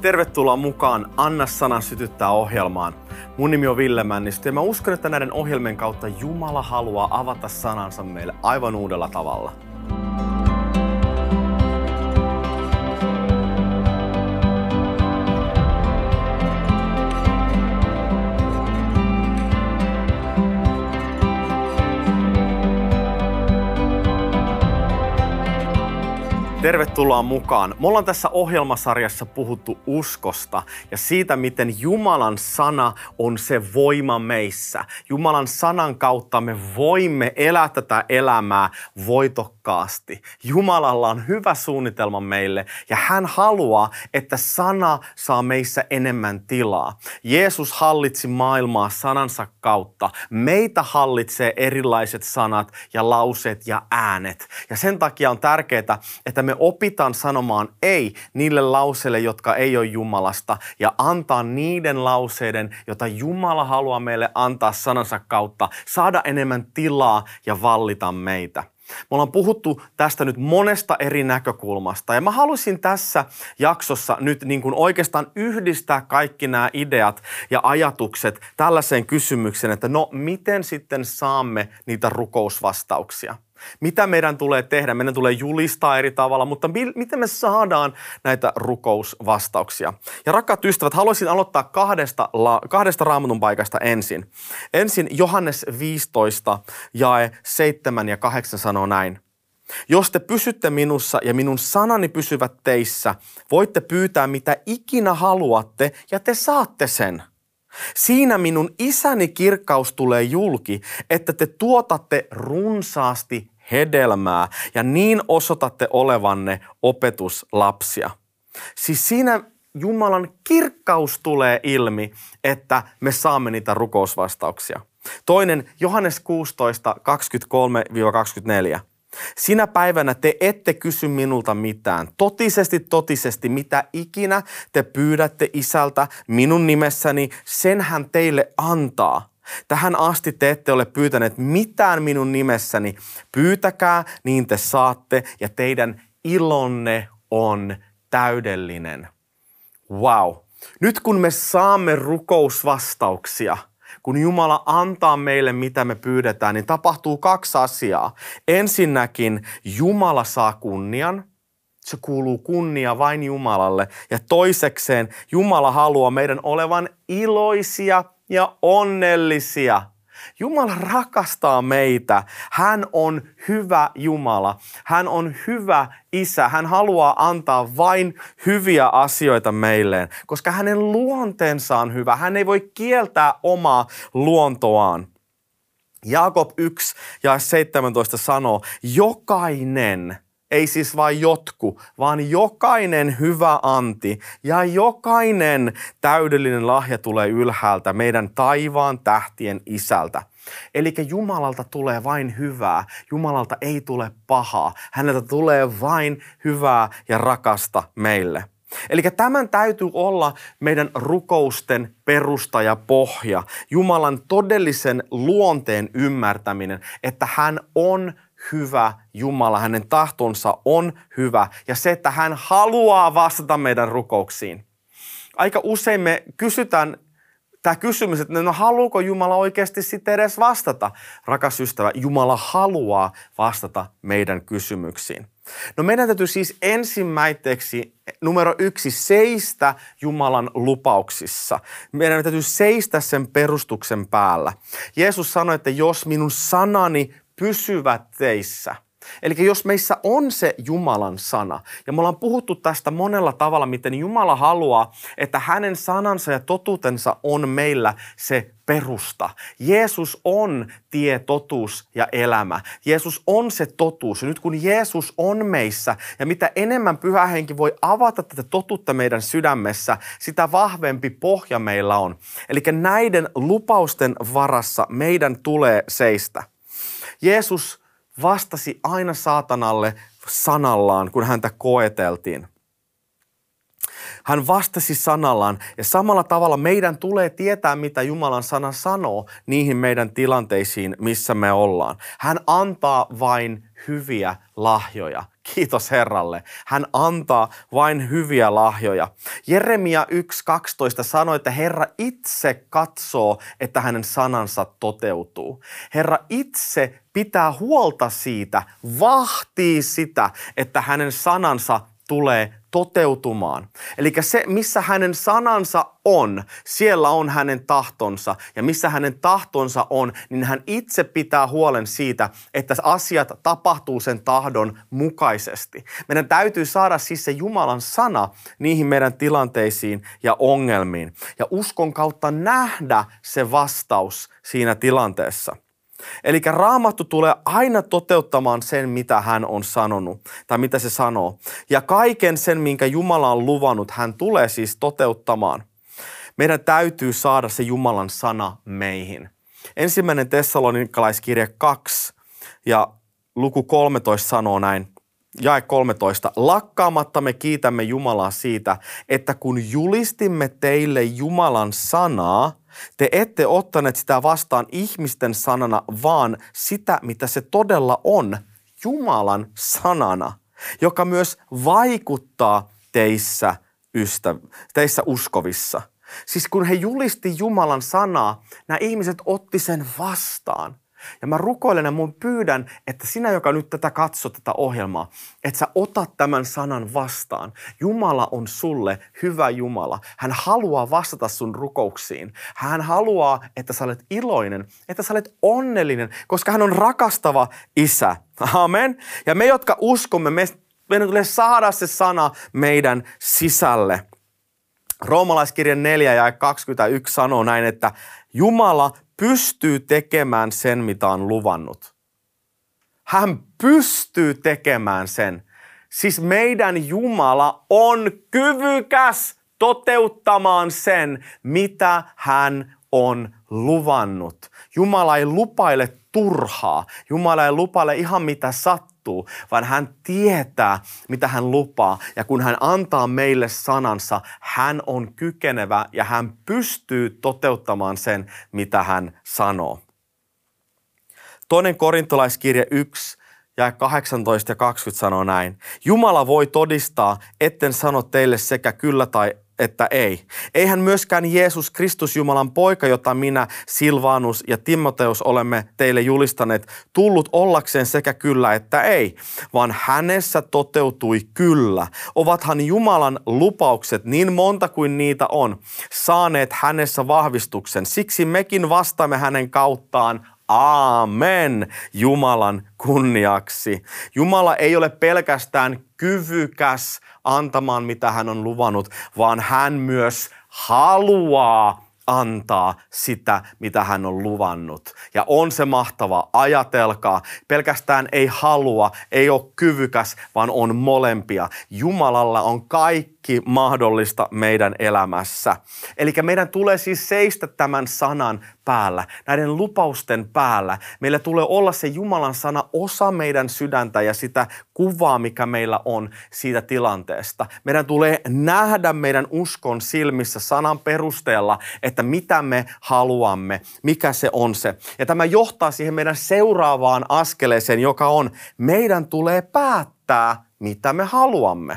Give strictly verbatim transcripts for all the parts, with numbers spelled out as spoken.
Tervetuloa mukaan Anna sanan sytyttää -ohjelmaan. Mun nimi on Ville Männistö ja mä uskon, että näiden ohjelmien kautta Jumala haluaa avata sanansa meille aivan uudella tavalla. Tervetuloa mukaan. Me ollaan tässä ohjelmasarjassa puhuttu uskosta ja siitä, miten Jumalan sana on se voima meissä. Jumalan sanan kautta me voimme elää tätä elämää voitokkaasti. Jumalalla on hyvä suunnitelma meille ja hän haluaa, että sana saa meissä enemmän tilaa. Jeesus hallitsi maailmaa sanansa kautta. Meitä hallitsee erilaiset sanat ja lauseet ja äänet. Ja sen takia on tärkeää, että me opitaan sanomaan ei niille lauseille, jotka ei ole Jumalasta, ja antaa niiden lauseiden, joita Jumala haluaa meille antaa sanansa kautta, saada enemmän tilaa ja vallita meitä. Me ollaan puhuttu tästä nyt monesta eri näkökulmasta, ja mä haluaisin tässä jaksossa nyt niin kuin oikeastaan yhdistää kaikki nämä ideat ja ajatukset tällaiseen kysymykseen, että no miten sitten saamme niitä rukousvastauksia? Mitä meidän tulee tehdä? Meidän tulee julistaa eri tavalla, mutta mi- miten me saadaan näitä rukousvastauksia? Ja rakkaat ystävät, haluaisin aloittaa kahdesta, la- kahdesta raamatun paikasta ensin. Ensin Johannes viisitoista, jae seitsemän ja kahdeksan sanoo näin. Jos te pysytte minussa ja minun sanani pysyvät teissä, voitte pyytää mitä ikinä haluatte ja te saatte sen. Siinä minun isäni kirkkaus tulee julki, että te tuotatte runsaasti hedelmää ja niin osoitatte olevanne opetuslapsia. Siis siinä Jumalan kirkkaus tulee ilmi, että me saamme niitä rukousvastauksia. Toinen Johannes kuusitoista, kaksikymmentäkolme kaksikymmentäneljä. Sinä päivänä te ette kysy minulta mitään. Totisesti, totisesti, mitä ikinä te pyydätte isältä minun nimessäni, sen hän teille antaa. Tähän asti te ette ole pyytäneet mitään minun nimessäni. Pyytäkää, niin te saatte, ja teidän ilonne on täydellinen. Wow. Nyt kun me saamme rukousvastauksia, kun Jumala antaa meille, mitä me pyydetään, niin tapahtuu kaksi asiaa. Ensinnäkin Jumala saa kunnian. Se kuuluu kunnia vain Jumalalle. Ja toisekseen Jumala haluaa meidän olevan iloisia ja onnellisia. Jumala rakastaa meitä. Hän on hyvä Jumala. Hän on hyvä Isä. Hän haluaa antaa vain hyviä asioita meilleen, koska hänen luonteensa on hyvä. Hän ei voi kieltää omaa luontoaan. Jaakob yksi ja seitsemäntoista sanoo, jokainen, ei siis vain jotku, vaan jokainen hyvä anti ja jokainen täydellinen lahja tulee ylhäältä meidän taivaan tähtien Isältä. Eli Jumalalta tulee vain hyvää, Jumalalta ei tule pahaa, häneltä tulee vain hyvää ja rakasta meille. Eli tämän täytyy olla meidän rukousten perusta ja pohja, Jumalan todellisen luonteen ymmärtäminen, että hän on hyvä Jumala, hänen tahtonsa on hyvä ja se, että hän haluaa vastata meidän rukouksiin. Aika usein me kysytään tämä kysymys, että no haluuko Jumala oikeasti sitten edes vastata? Rakas ystävä, Jumala haluaa vastata meidän kysymyksiin. No meidän täytyy siis ensimmäiseksi numero yksi seistä Jumalan lupauksissa. Meidän täytyy seistä sen perustuksen päällä. Jeesus sanoi, että jos minun sanani pysyvät teissä. Eli jos meissä on se Jumalan sana, ja me ollaan puhuttu tästä monella tavalla, miten Jumala haluaa, että hänen sanansa ja totuutensa on meillä se perusta. Jeesus on tie, totuus ja elämä. Jeesus on se totuus. Ja nyt kun Jeesus on meissä, ja mitä enemmän Pyhä Henki voi avata tätä totuutta meidän sydämessä, sitä vahvempi pohja meillä on. Eli näiden lupausten varassa meidän tulee seistä. Jeesus vastasi aina saatanalle sanallaan, kun häntä koeteltiin. Hän vastasi sanallaan ja samalla tavalla meidän tulee tietää, mitä Jumalan sana sanoo niihin meidän tilanteisiin, missä me ollaan. Hän antaa vain hyviä lahjoja. Kiitos Herralle. Hän antaa vain hyviä lahjoja. Jeremia yksi kaksitoista sanoi, että Herra itse katsoo, että hänen sanansa toteutuu. Herra itse pitää huolta siitä, vahtii sitä, että hänen sanansa tulee toteutumaan. Eli se, missä hänen sanansa on, siellä on hänen tahtonsa. Ja missä hänen tahtonsa on, niin hän itse pitää huolen siitä, että asiat tapahtuu sen tahdon mukaisesti. Meidän täytyy saada siis se Jumalan sana niihin meidän tilanteisiin ja ongelmiin. Ja uskon kautta nähdä se vastaus siinä tilanteessa. Eli Raamattu tulee aina toteuttamaan sen, mitä hän on sanonut, tai mitä se sanoo. Ja kaiken sen, minkä Jumala on luvannut, hän tulee siis toteuttamaan. Meidän täytyy saada se Jumalan sana meihin. Ensimmäinen Tessalonikalaiskirja kaksi ja luku kolmetoista sanoo näin, jae kolmetoista. Lakkaamatta me kiitämme Jumalaa siitä, että kun julistimme teille Jumalan sanaa, te ette ottaneet sitä vastaan ihmisten sanana, vaan sitä, mitä se todella on, Jumalan sanana, joka myös vaikuttaa teissä, ystäv- teissä uskovissa. Siis kun he julisti Jumalan sanaa, nämä ihmiset otti sen vastaan. Ja mä rukoilen ja mun pyydän, että sinä, joka nyt tätä katsot, tätä ohjelmaa, että sä otat tämän sanan vastaan. Jumala on sulle hyvä Jumala. Hän haluaa vastata sun rukouksiin. Hän haluaa, että sä olet iloinen, että sä olet onnellinen, koska hän on rakastava isä. Amen. Ja me, jotka uskomme, me, meidän tulee saada se sana meidän sisälle. Roomalaiskirjan neljä ja kaksikymmentäyksi sanoo näin, että Jumala pystyy tekemään sen, mitä on luvannut. Hän pystyy tekemään sen. Siis meidän Jumala on kyvykäs toteuttamaan sen, mitä hän on luvannut. Jumala ei lupaile turhaa. Jumala ei lupaile ihan mitä sattuu, vaan hän tietää, mitä hän lupaa. Ja kun hän antaa meille sanansa, hän on kykenevä ja hän pystyy toteuttamaan sen, mitä hän sanoo. Toinen korintolaiskirja yksi ja kahdeksantoista ja kaksikymmentä sanoo näin. Jumala voi todistaa, etten sano teille sekä kyllä tai että ei. Eihän myöskään Jeesus Kristus, Jumalan poika, jota minä, Silvanus ja Timoteus olemme teille julistaneet, tullut ollakseen sekä kyllä että ei, vaan hänessä toteutui kyllä. Ovathan Jumalan lupaukset, niin monta kuin niitä on, saaneet hänessä vahvistuksen. Siksi mekin vastaamme hänen kauttaan. Aamen Jumalan kunniaksi. Jumala ei ole pelkästään kyvykäs antamaan, mitä hän on luvannut, vaan hän myös haluaa antaa sitä, mitä hän on luvannut. Ja on se mahtava. Ajatelkaa, pelkästään ei halua, ei ole kyvykäs, vaan on molempia. Jumalalla on kaikki mahdollista meidän elämässä. Eli meidän tulee siis seistä tämän sanan päällä, näiden lupausten päällä. Meillä tulee olla se Jumalan sana osa meidän sydäntä ja sitä kuvaa, mikä meillä on siitä tilanteesta. Meidän tulee nähdä meidän uskon silmissä sanan perusteella, että mitä me haluamme, mikä se on se. Ja tämä johtaa siihen meidän seuraavaan askeleeseen, joka on, meidän tulee päättää, mitä me haluamme.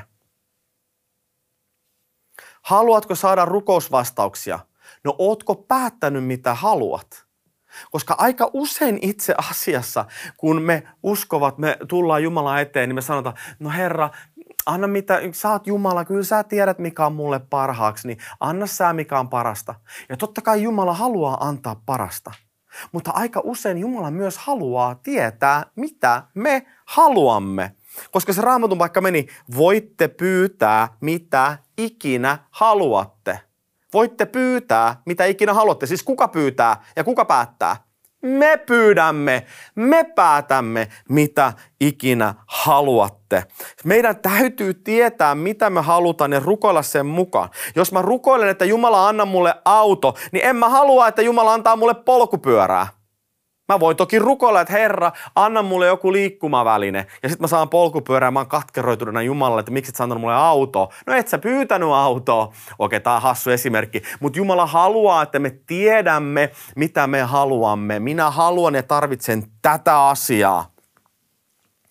Haluatko saada rukousvastauksia? No ootko päättänyt, mitä haluat? Koska aika usein itse asiassa, kun me uskovat, me tullaan Jumalan eteen, niin me sanotaan, no Herra, anna mitä, sä oot Jumala, kyllä sä tiedät, mikä on mulle parhaaksi, niin anna sä, mikä on parasta. Ja totta kai Jumala haluaa antaa parasta. Mutta aika usein Jumala myös haluaa tietää, mitä me haluamme. Koska se Raamatun vaikka meni, voitte pyytää, mitä ikinä haluatte. Voitte pyytää, mitä ikinä haluatte. Siis kuka pyytää ja kuka päättää? Me pyydämme, me päätämme, mitä ikinä haluatte. Meidän täytyy tietää, mitä me halutaan ja rukoilla sen mukaan. Jos mä rukoilen, että Jumala anna mulle auto, niin en mä halua, että Jumala antaa mulle polkupyörää. Mä voin toki rukoilla, että Herra, anna mulle joku liikkumaväline. Ja sit mä saan polkupyörää, mä oon katkeroituneena Jumalalle, että miksi et sä antanut mulle autoa. No et sä pyytänyt autoa. Okei, tää on hassu esimerkki. Mutta Jumala haluaa, että me tiedämme, mitä me haluamme. Minä haluan ja tarvitsen tätä asiaa.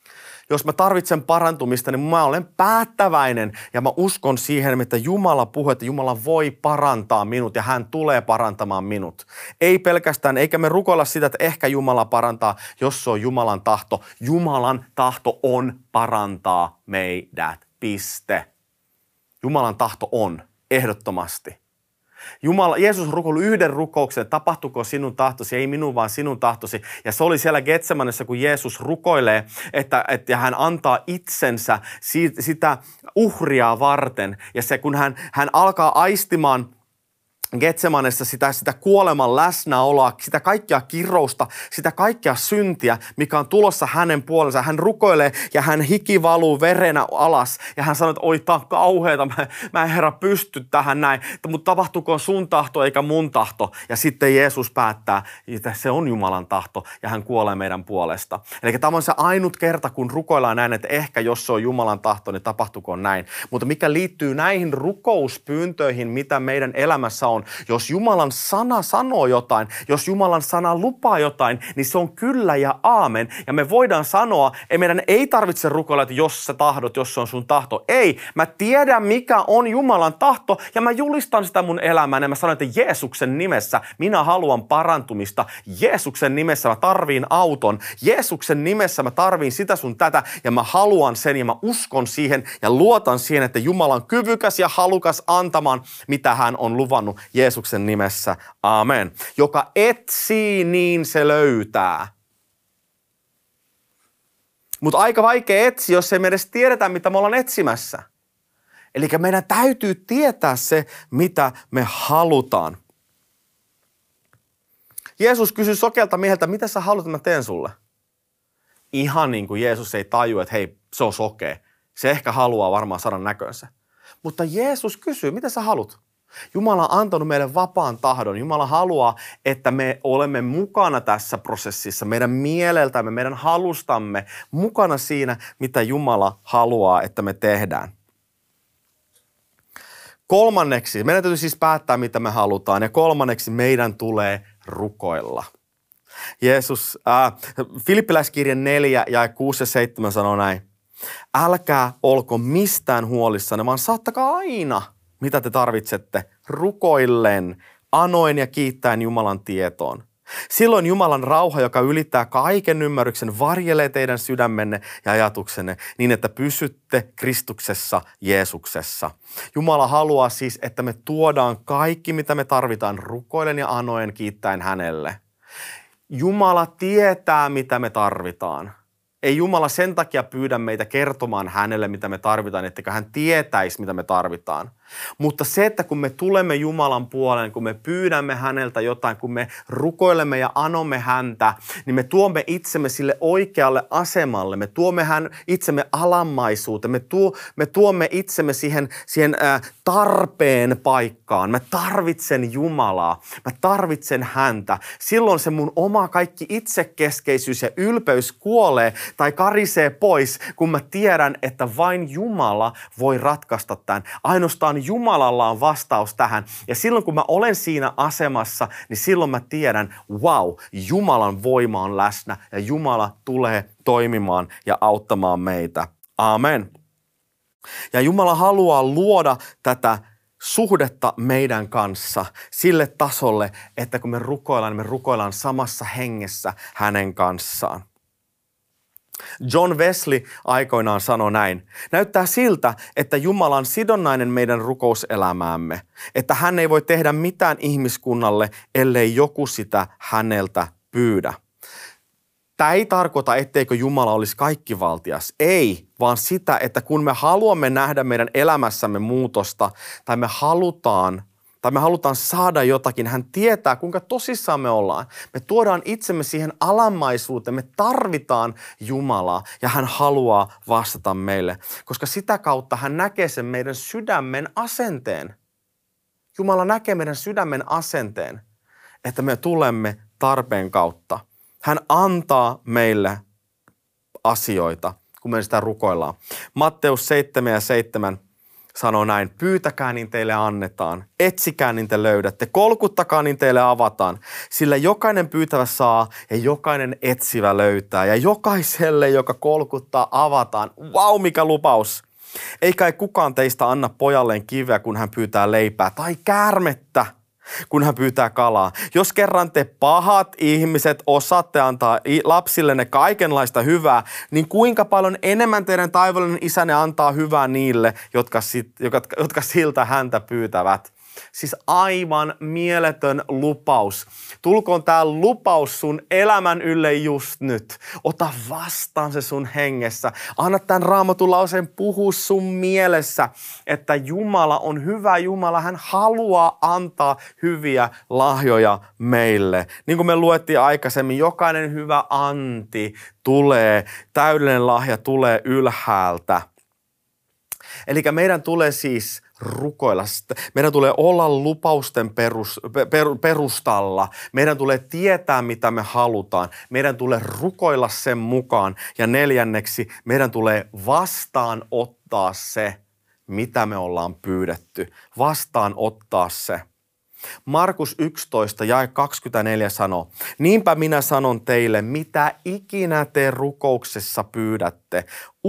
Jos mä tarvitsen parantumista, niin mä olen päättäväinen ja mä uskon siihen, että Jumala puhuu, että Jumala voi parantaa minut ja hän tulee parantamaan minut. Ei pelkästään, eikä me rukoilla sitä, että ehkä Jumala parantaa, jos se on Jumalan tahto. Jumalan tahto on parantaa meidät. Piste. Jumalan tahto on ehdottomasti. Jumala, Jeesus rukoili yhden rukouksen, että tapahtuko sinun tahtosi, ei minun vaan sinun tahtosi. Ja se oli siellä Getsemanessa, kun Jeesus rukoilee, että, että hän antaa itsensä siitä, sitä uhria varten. Ja se, kun hän, hän alkaa aistimaan Getsemanessa sitä, sitä kuoleman läsnäoloa, sitä kaikkea kirousta, sitä kaikkea syntiä, mikä on tulossa hänen puolensa. Hän rukoilee ja hän hiki valuu verenä alas ja hän sanoo, että oi, tää on kauheata, mä, mä en herra pysty tähän näin, mutta tapahtukoon sun tahto eikä mun tahto. Ja sitten Jeesus päättää, että se on Jumalan tahto ja hän kuolee meidän puolesta. Eli tämä on se ainut kerta, kun rukoillaan näin, että ehkä jos se on Jumalan tahto, niin tapahtukoon näin. Mutta mikä liittyy näihin rukouspyyntöihin, mitä meidän elämässä on, jos Jumalan sana sanoo jotain, jos Jumalan sana lupaa jotain, niin se on kyllä ja aamen. Ja me voidaan sanoa, että meidän ei tarvitse rukoilla, että jos sä tahdot, jos se on sun tahto. Ei, mä tiedän mikä on Jumalan tahto ja mä julistan sitä mun elämään ja mä sanon, että Jeesuksen nimessä minä haluan parantumista. Jeesuksen nimessä mä tarviin auton. Jeesuksen nimessä mä tarviin sitä sun tätä ja mä haluan sen ja mä uskon siihen ja luotan siihen, että Jumala on kyvykäs ja halukas antamaan, mitä hän on luvannut. Jeesuksen nimessä, aamen. Joka etsii, niin se löytää. Mutta aika vaikea etsiä, jos ei me edes tiedetä, mitä me ollaan etsimässä. Eli meidän täytyy tietää se, mitä me halutaan. Jeesus kysyi sokealta mieheltä, mitä sä haluat, että mä teen sulle? Ihan niin kuin Jeesus ei tajua, että hei, se on sokea. Se ehkä haluaa varmaan saada näkönsä. Mutta Jeesus kysyy, mitä sä haluat? Jumala on antanut meille vapaan tahdon. Jumala haluaa, että me olemme mukana tässä prosessissa, meidän mieleltämme, meidän halustamme, mukana siinä, mitä Jumala haluaa, että me tehdään. Kolmanneksi, meidän täytyy siis päättää, mitä me halutaan, ja kolmanneksi meidän tulee rukoilla. Jeesus, äh, Filippiläiskirjan neljä ja kuusi ja seitsemän sanoo näin. Älkää olko mistään huolissanne, vaan saattakaa aina, mitä te tarvitsette, rukoillen, anoen ja kiittäen Jumalan tietoon. Silloin Jumalan rauha, joka ylittää kaiken ymmärryksen, varjelee teidän sydämenne ja ajatuksenne niin, että pysytte Kristuksessa, Jeesuksessa. Jumala haluaa siis, että me tuodaan kaikki, mitä me tarvitaan, rukoillen ja anoen kiittäen hänelle. Jumala tietää, mitä me tarvitaan. Ei Jumala sen takia pyydä meitä kertomaan hänelle, mitä me tarvitaan, etteikö hän tietäisi, mitä me tarvitaan. Mutta se, että kun me tulemme Jumalan puoleen, kun me pyydämme häneltä jotain, kun me rukoilemme ja anomme häntä, niin me tuomme itsemme sille oikealle asemalle. Me tuomme hän itsemme alammaisuuteen. Me, tuo, me tuomme itsemme siihen, siihen ää, tarpeen paikkaan. Mä tarvitsen Jumalaa. Mä tarvitsen häntä. Silloin se mun oma kaikki itsekeskeisyys ja ylpeys kuolee tai karisee pois, kun mä tiedän, että vain Jumala voi ratkaista tämän. Ainoastaan Jumalalla on vastaus tähän. Ja silloin kun mä olen siinä asemassa, niin silloin mä tiedän, wow, Jumalan voima on läsnä ja Jumala tulee toimimaan ja auttamaan meitä. Amen. Ja Jumala haluaa luoda tätä suhdetta meidän kanssa sille tasolle, että kun me rukoillaan, niin me rukoillaan samassa hengessä hänen kanssaan. John Wesley aikoinaan sanoi näin. Näyttää siltä, että Jumala on sidonnainen meidän rukouselämäämme, että hän ei voi tehdä mitään ihmiskunnalle, ellei joku sitä häneltä pyydä. Tämä ei tarkoita, etteikö Jumala olisi kaikkivaltias. Ei, vaan sitä, että kun me haluamme nähdä meidän elämässämme muutosta tai me halutaan tai me halutaan saada jotakin, hän tietää, kuinka tosissaan me ollaan. Me tuodaan itsemme siihen alammaisuuteen, me tarvitaan Jumalaa ja hän haluaa vastata meille, koska sitä kautta hän näkee sen meidän sydämen asenteen. Jumala näkee meidän sydämen asenteen, että me tulemme tarpeen kautta. Hän antaa meille asioita, kun me sitä rukoillaan. Matteus seitsemän ja seitsemän sanoo näin, pyytäkää niin teille annetaan, etsikää niin te löydätte, kolkuttakaa niin teille avataan, sillä jokainen pyytävä saa ja jokainen etsivä löytää ja jokaiselle, joka kolkuttaa, avataan. Vau, mikä lupaus! Ei kai kukaan teistä anna pojalleen kiveä, kun hän pyytää leipää, tai käärmettä, kun hän pyytää kalaa. Jos kerran te pahat ihmiset osaatte antaa lapsillenne kaikenlaista hyvää, niin kuinka paljon enemmän teidän taivaallinen isänne antaa hyvää niille, jotka, sit, jotka, jotka siltä häntä pyytävät. Siis aivan mieletön lupaus. Tulkoon tämä lupaus sun elämän ylle just nyt. Ota vastaan se sun hengessä. Anna tämän Raamatun lauseen puhua sun mielessä, että Jumala on hyvä Jumala. Hän haluaa antaa hyviä lahjoja meille. Niin kuin me luettiin aikaisemmin, jokainen hyvä anti tulee, täydellinen lahja tulee ylhäältä. Eli meidän tulee siis rukoilla. Meidän tulee olla lupausten perus, per, perustalla. Meidän tulee tietää, mitä me halutaan. Meidän tulee rukoilla sen mukaan. Ja neljänneksi, meidän tulee vastaanottaa se, mitä me ollaan pyydetty. Vastaanottaa se. Markus yksitoista jae kaksikymmentäneljä sanoo, niinpä minä sanon teille, mitä ikinä te rukouksessa pyydätte,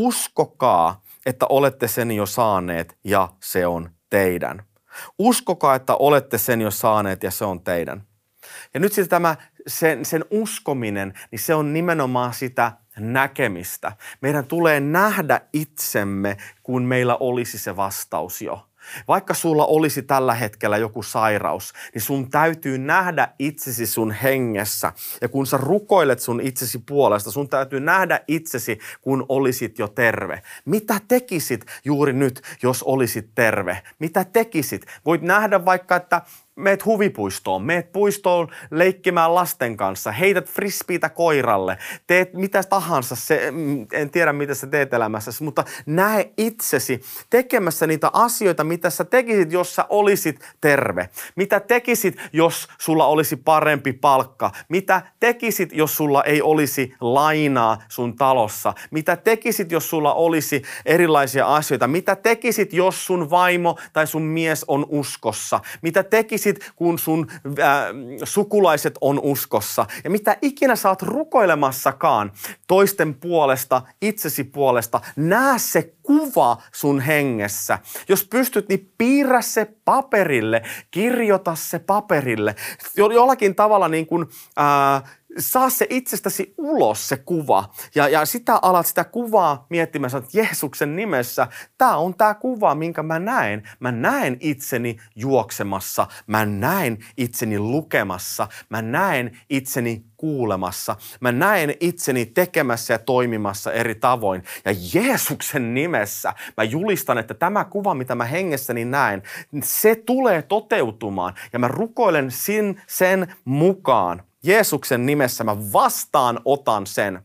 uskokaa, että olette sen jo saaneet ja se on teidän. Uskokaa, että olette sen jo saaneet ja se on teidän. Ja nyt sitten tämä, sen, sen uskominen, niin se on nimenomaan sitä näkemistä. Meidän tulee nähdä itsemme, kun meillä olisi se vastaus jo. Vaikka sulla olisi tällä hetkellä joku sairaus, niin sun täytyy nähdä itsesi sun hengessä. Ja kun sä rukoilet sun itsesi puolesta, sun täytyy nähdä itsesi, kun olisit jo terve. Mitä tekisit juuri nyt, jos olisit terve? Mitä tekisit? Voit nähdä vaikka, että meet huvipuistoon, meet puistoon leikkimään lasten kanssa, heität frisbeitä koiralle, teet mitä tahansa, se, en tiedä mitä sä teet elämässäsi, mutta näe itsesi tekemässä niitä asioita, mitä sä tekisit, jos sä olisit terve. Mitä tekisit, jos sulla olisi parempi palkka? Mitä tekisit, jos sulla ei olisi lainaa sun talossa? Mitä tekisit, jos sulla olisi erilaisia asioita? Mitä tekisit, jos sun vaimo tai sun mies on uskossa? Mitä tekisit, kun sun äh, sukulaiset on uskossa. Ja mitä ikinä sä oot rukoilemassakaan toisten puolesta, itsesi puolesta, näe se kuva sun hengessä. Jos pystyt, niin piirrä se paperille, kirjoita se paperille. Jollakin tavalla niin kuin, äh, saa se itsestäsi ulos se kuva. Ja, ja sitä alat sitä kuvaa miettimään, että Jeesuksen nimessä, tämä on tämä kuva, minkä mä näen. Mä näen itseni juoksemassa, mä näen itseni lukemassa, mä näen itseni kuulemassa. Mä näen itseni tekemässä ja toimimassa eri tavoin. Ja Jeesuksen nimessä mä julistan, että tämä kuva, mitä mä hengessäni näen, se tulee toteutumaan. Ja mä rukoilen sen, sen mukaan. Jeesuksen nimessä mä vastaan otan sen.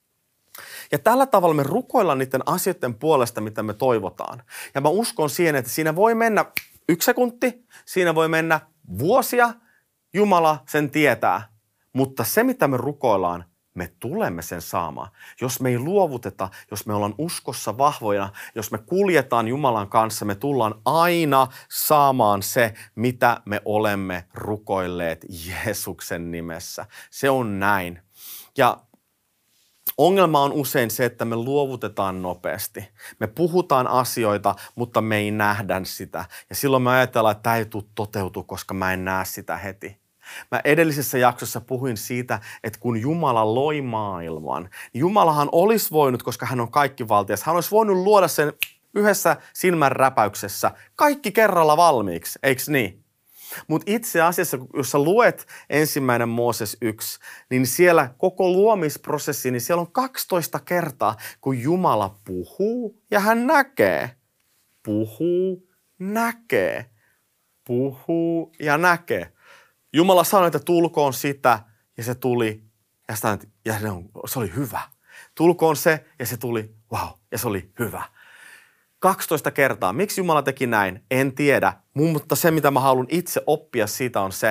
Ja tällä tavalla me rukoillaan niiden asioiden puolesta, mitä me toivotaan. Ja mä uskon siihen, että siinä voi mennä yksi sekunti, siinä voi mennä vuosia, Jumala sen tietää. Mutta se, mitä me rukoillaan, me tulemme sen saamaan. Jos me ei luovuteta, jos me ollaan uskossa vahvoja, jos me kuljetaan Jumalan kanssa, me tullaan aina saamaan se, mitä me olemme rukoilleet Jeesuksen nimessä. Se on näin. Ja ongelma on usein se, että me luovutetaan nopeasti. Me puhutaan asioita, mutta me ei nähdä sitä. Ja silloin me ajatellaan, että tämä ei tule toteutua, koska mä en näe sitä heti. Mä edellisessä jaksossa puhuin siitä, että kun Jumala loi maailman, niin Jumalahan olisi voinut, koska hän on kaikkivaltias, hän olisi voinut luoda sen yhdessä silmänräpäyksessä kaikki kerralla valmiiksi, eikö niin? Mutta itse asiassa, jos sä luet ensimmäinen Mooses yksi, niin siellä koko luomisprosessi, niin siellä on kaksitoista kertaa, kun Jumala puhuu ja hän näkee. Puhuu, näkee. Puhuu ja näkee. Jumala sanoi, että tulkoon sitä, ja se tuli, ja, sitä, ja se, on, se oli hyvä. Tulkoon se, ja se tuli, wow, ja se oli hyvä. kaksitoista kertaa. Miksi Jumala teki näin? En tiedä. Mutta se, mitä mä haluan itse oppia siitä, on se,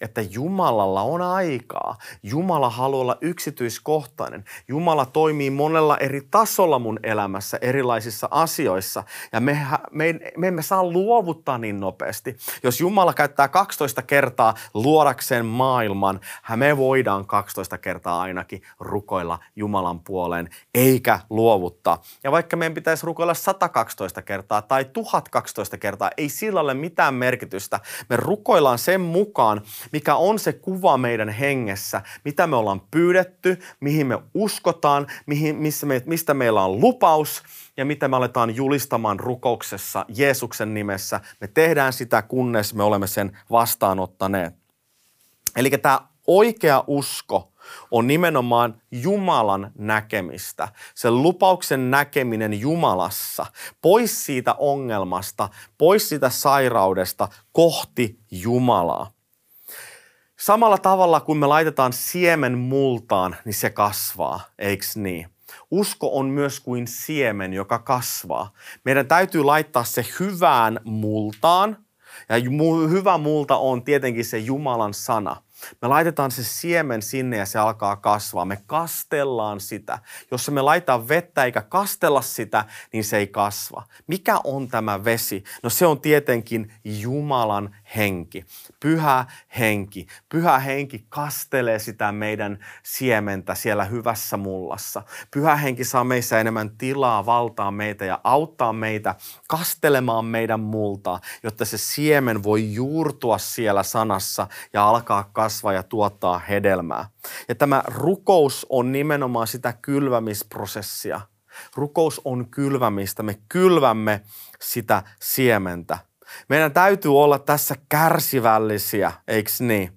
että Jumalalla on aikaa. Jumala haluaa olla yksityiskohtainen. Jumala toimii monella eri tasolla mun elämässä, erilaisissa asioissa. Ja me, me, me emme saa luovuttaa niin nopeasti. Jos Jumala käyttää kaksitoista kertaa luodakseen maailman, me voidaan kaksitoista kertaa ainakin rukoilla Jumalan puoleen, eikä luovuttaa. Ja vaikka meidän pitäisi rukoilla sata kaksitoista kertaa tai tuhat kaksitoista kertaa, ei sillä ole mitään merkitystä. Me rukoillaan sen mukaan, mikä on se kuva meidän hengessä, mitä me ollaan pyydetty, mihin me uskotaan, mihin, missä me, mistä meillä on lupaus ja mitä me aletaan julistamaan rukouksessa Jeesuksen nimessä. Me tehdään sitä, kunnes me olemme sen vastaanottaneet. Eli tämä oikea usko on nimenomaan Jumalan näkemistä. Sen lupauksen näkeminen Jumalassa, pois siitä ongelmasta, pois siitä sairaudesta, kohti Jumalaa. Samalla tavalla, kun me laitetaan siemen multaan, niin se kasvaa, eiks niin? Usko on myös kuin siemen, joka kasvaa. Meidän täytyy laittaa se hyvään multaan, ja hyvä multa on tietenkin se Jumalan sana. Me laitetaan se siemen sinne ja se alkaa kasvaa. Me kastellaan sitä. Jos me laitetaan vettä eikä kastella sitä, niin se ei kasva. Mikä on tämä vesi? No se on tietenkin Jumalan henki. Pyhä henki. Pyhä henki kastelee sitä meidän siementä siellä hyvässä mullassa. Pyhä henki saa meissä enemmän tilaa, valtaa meitä ja auttaa meitä kastelemaan meidän multaa, jotta se siemen voi juurtua siellä sanassa ja alkaa kasvaa ja tuottaa hedelmää. Ja tämä rukous on nimenomaan sitä kylvämisprosessia. Rukous on kylvämistä. Me kylvämme sitä siementä. Meidän täytyy olla tässä kärsivällisiä, eiks niin?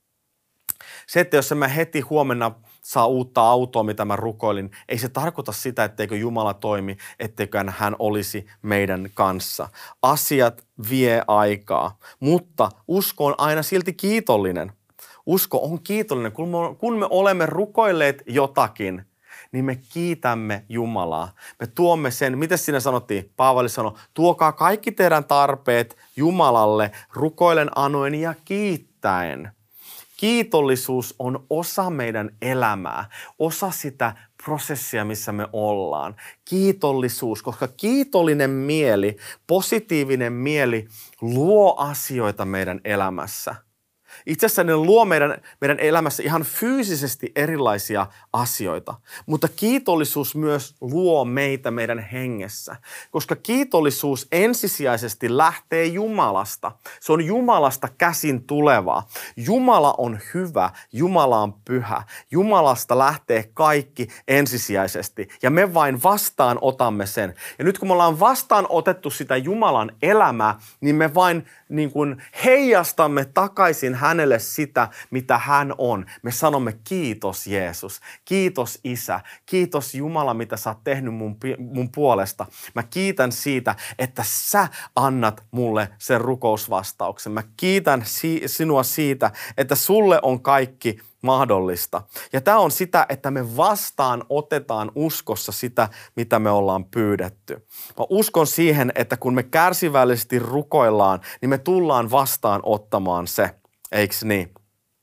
Se, että jos mä heti huomenna saa uutta autoa, mitä mä rukoilin, ei se tarkoita sitä, etteikö Jumala toimi, etteikö hän olisi meidän kanssa. Asiat vie aikaa, mutta usko on aina silti kiitollinen. Usko on kiitollinen. Kun me, kun me olemme rukoilleet jotakin, niin me kiitämme Jumalaa. Me tuomme sen, miten siinä sanottiin? Paavali sanoi, tuokaa kaikki teidän tarpeet Jumalalle rukoilen, anoen ja kiittäen. Kiitollisuus on osa meidän elämää, osa sitä prosessia, missä me ollaan. Kiitollisuus, koska kiitollinen mieli, positiivinen mieli luo asioita meidän elämässä. Itse asiassa ne luo meidän, meidän elämässä ihan fyysisesti erilaisia asioita, mutta kiitollisuus myös luo meitä meidän hengessä, koska kiitollisuus ensisijaisesti lähtee Jumalasta. Se on Jumalasta käsin tulevaa. Jumala on hyvä, Jumala on pyhä. Jumalasta lähtee kaikki ensisijaisesti ja me vain vastaan otamme sen. Ja nyt kun me ollaan vastaan otettu sitä Jumalan elämää, niin me vain niin kuin heijastamme takaisin hänelle sitä, mitä hän on. Me sanomme kiitos Jeesus, kiitos Isä, kiitos Jumala, mitä sä oot tehnyt mun, mun puolesta. Mä kiitän siitä, että sä annat mulle sen rukousvastauksen. Mä kiitän si- sinua siitä, että sulle on kaikki mahdollista. Ja tämä on sitä, että me vastaan otetaan uskossa sitä, mitä me ollaan pyydetty. Mä uskon siihen, että kun me kärsivällisesti rukoillaan, niin me tullaan vastaan ottamaan se. Eiks niin?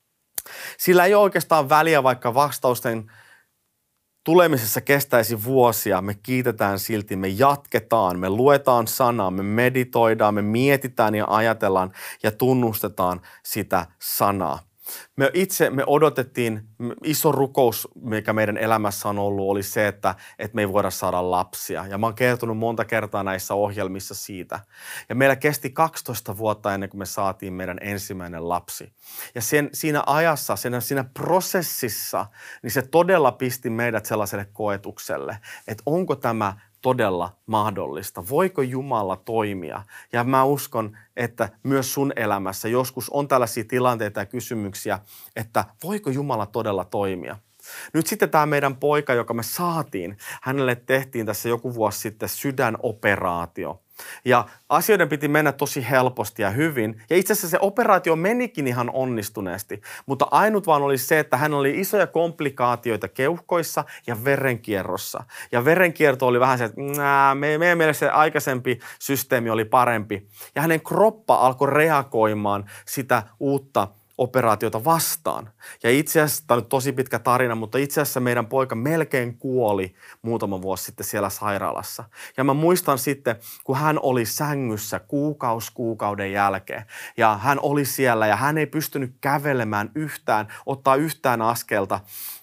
Sillä ei ole oikeastaan väliä, vaikka vastausten tulemisessa kestäisi vuosia. Me kiitetään silti, me jatketaan, me luetaan sanaa, me meditoidaan, me mietitään ja ajatellaan ja tunnustetaan sitä sanaa. Me itse me odotettiin, iso rukous, mikä meidän elämässä on ollut, oli se, että, että me ei voida saada lapsia. Ja mä oon kertonut monta kertaa näissä ohjelmissa siitä. Ja meillä kesti kaksitoista vuotta ennen kuin me saatiin meidän ensimmäinen lapsi. Ja sen, siinä ajassa, siinä, siinä prosessissa, niin se todella pisti meidät sellaiselle koetukselle, että onko tämä todella mahdollista. Voiko Jumala toimia? Ja mä uskon, että myös sun elämässä joskus on tällaisia tilanteita ja kysymyksiä, että voiko Jumala todella toimia? Nyt sitten tämä meidän poika, joka me saatiin, hänelle tehtiin tässä joku vuosi sitten sydänoperaatio. Ja asioiden piti mennä tosi helposti ja hyvin. Ja itse asiassa se operaatio menikin ihan onnistuneesti. Mutta ainut vaan oli se, että hän oli isoja komplikaatioita keuhkoissa ja verenkierrossa. Ja verenkierto oli vähän se, että nää, meidän mielestä se aikaisempi systeemi oli parempi. Ja hänen kroppa alkoi reagoimaan sitä uutta operaatiota vastaan. Ja itse asiassa, tämä on nyt tosi pitkä tarina, mutta itse asiassa meidän poika melkein kuoli muutama vuosi sitten siellä sairaalassa. Ja mä muistan sitten, kun hän oli sängyssä kuukaus kuukauden jälkeen. Ja hän oli siellä ja hän ei pystynyt kävelemään yhtään, ottaa yhtään askelta.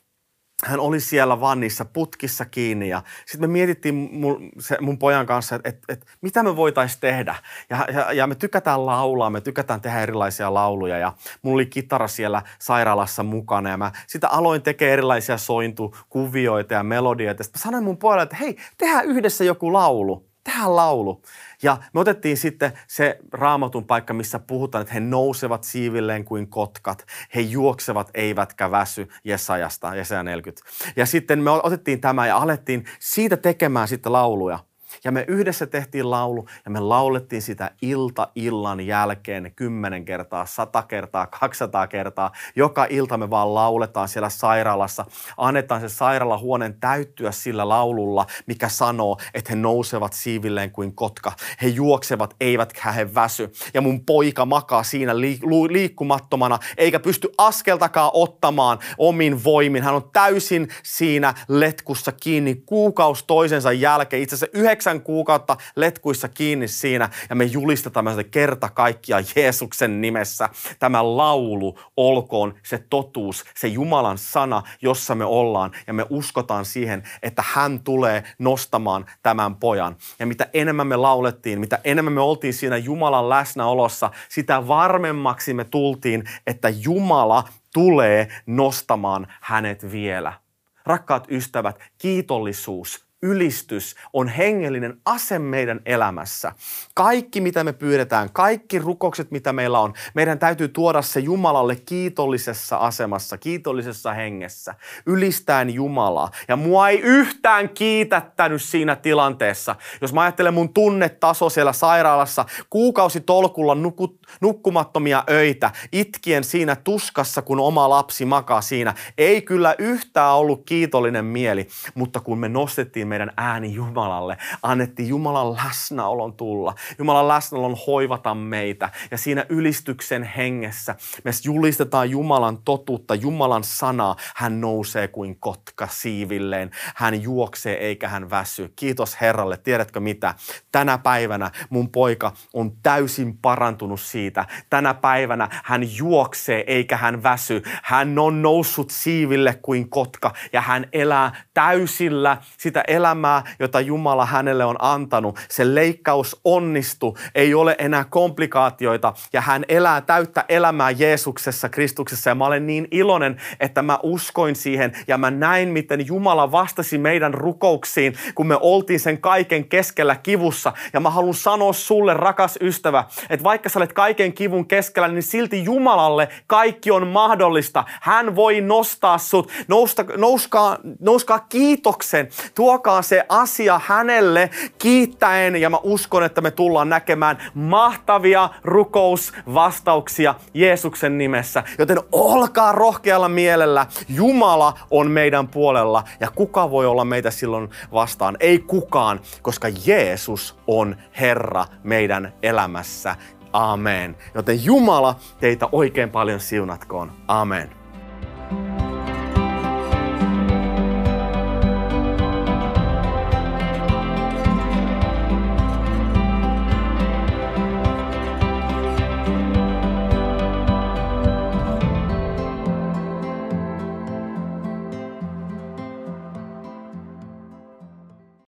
Hän oli siellä vaan niissä putkissa kiinni ja sitten me mietittiin mun, se, mun pojan kanssa, että et, et, mitä me voitaisiin tehdä. Ja, ja, ja me tykätään laulaa, me tykätään tehdä erilaisia lauluja ja mulla oli kitara siellä sairaalassa mukana ja mä sitä aloin tekemään erilaisia sointukuvioita ja melodioita. Sitten mä sanoin mun pojalle, että hei, tehdään yhdessä joku laulu. Tehdään laulu. Ja me otettiin sitten se Raamatun paikka, missä puhutaan, että he nousevat siivilleen kuin kotkat. He juoksevat eivätkä väsy Jesajasta, Jesaja neljäkymmentä. Ja sitten me otettiin tämä ja alettiin siitä tekemään sitten lauluja. Ja me yhdessä tehtiin laulu ja me laulettiin sitä ilta illan jälkeen kymmenen kertaa, sata kertaa, kaksisataa kertaa. Joka ilta me vaan lauletaan siellä sairaalassa. Annetaan se sairaalahuoneen täyttyä sillä laululla, mikä sanoo, että he nousevat siivilleen kuin kotka. He juoksevat, eivätkä he väsy. Ja mun poika makaa siinä liikkumattomana, eikä pysty askeltakaan ottamaan omin voimin. Hän on täysin siinä letkussa kiinni kuukausi toisensa jälkeen. Itse asiassa yhdeksän kuukautta letkuissa kiinni siinä ja me julistetaan sitä kerta kaikkiaan Jeesuksen nimessä. Tämä laulu olkoon se totuus, se Jumalan sana, jossa me ollaan ja me uskotaan siihen, että hän tulee nostamaan tämän pojan. Ja mitä enemmän me laulettiin, mitä enemmän me oltiin siinä Jumalan läsnäolossa, sitä varmemmaksi me tultiin, että Jumala tulee nostamaan hänet vielä. Rakkaat ystävät, kiitollisuus, ylistys on hengellinen ase meidän elämässä. Kaikki, mitä me pyydetään, kaikki rukoukset, mitä meillä on, meidän täytyy tuoda se Jumalalle kiitollisessa asemassa, kiitollisessa hengessä, ylistäen Jumalaa. Ja mua ei yhtään kiitättänyt siinä tilanteessa. Jos mä ajattelen mun tunnetaso siellä sairaalassa, kuukausitolkulla nuku, nukkumattomia öitä, itkien siinä tuskassa, kun oma lapsi makaa siinä, ei kyllä yhtään ollut kiitollinen mieli, mutta kun me nostettiin meidän ääni Jumalalle, annettiin Jumalan läsnäolon tulla, Jumalan läsnäolon hoivata meitä ja siinä ylistyksen hengessä me julistetaan Jumalan totuutta, Jumalan sanaa. Hän nousee kuin kotka siivilleen, hän juoksee eikä hän väsy. Kiitos Herralle. Tiedätkö mitä? Tänä päivänä mun poika on täysin parantunut siitä. Tänä päivänä hän juoksee eikä hän väsy. Hän on noussut siiville kuin kotka ja hän elää täysillä sitä elämää, jota Jumala hänelle on antanut. Se leikkaus onnistui, ei ole enää komplikaatioita ja hän elää täyttä elämää Jeesuksessa, Kristuksessa ja mä olen niin iloinen, että mä uskoin siihen ja mä näin, miten Jumala vastasi meidän rukouksiin, kun me oltiin sen kaiken keskellä kivussa ja mä haluan sanoa sulle, rakas ystävä, että vaikka sä olet kaiken kivun keskellä, niin silti Jumalalle kaikki on mahdollista. Hän voi nostaa sut, Nousta, nouskaa, nouskaa kiitoksen, tuokaa se asia hänelle kiittäen ja mä uskon, että me tullaan näkemään mahtavia rukousvastauksia Jeesuksen nimessä. Joten olkaa rohkealla mielellä, Jumala on meidän puolella ja kuka voi olla meitä silloin vastaan? Ei kukaan, koska Jeesus on Herra meidän elämässä. Amen. Joten Jumala teitä oikein paljon siunatkoon. Amen.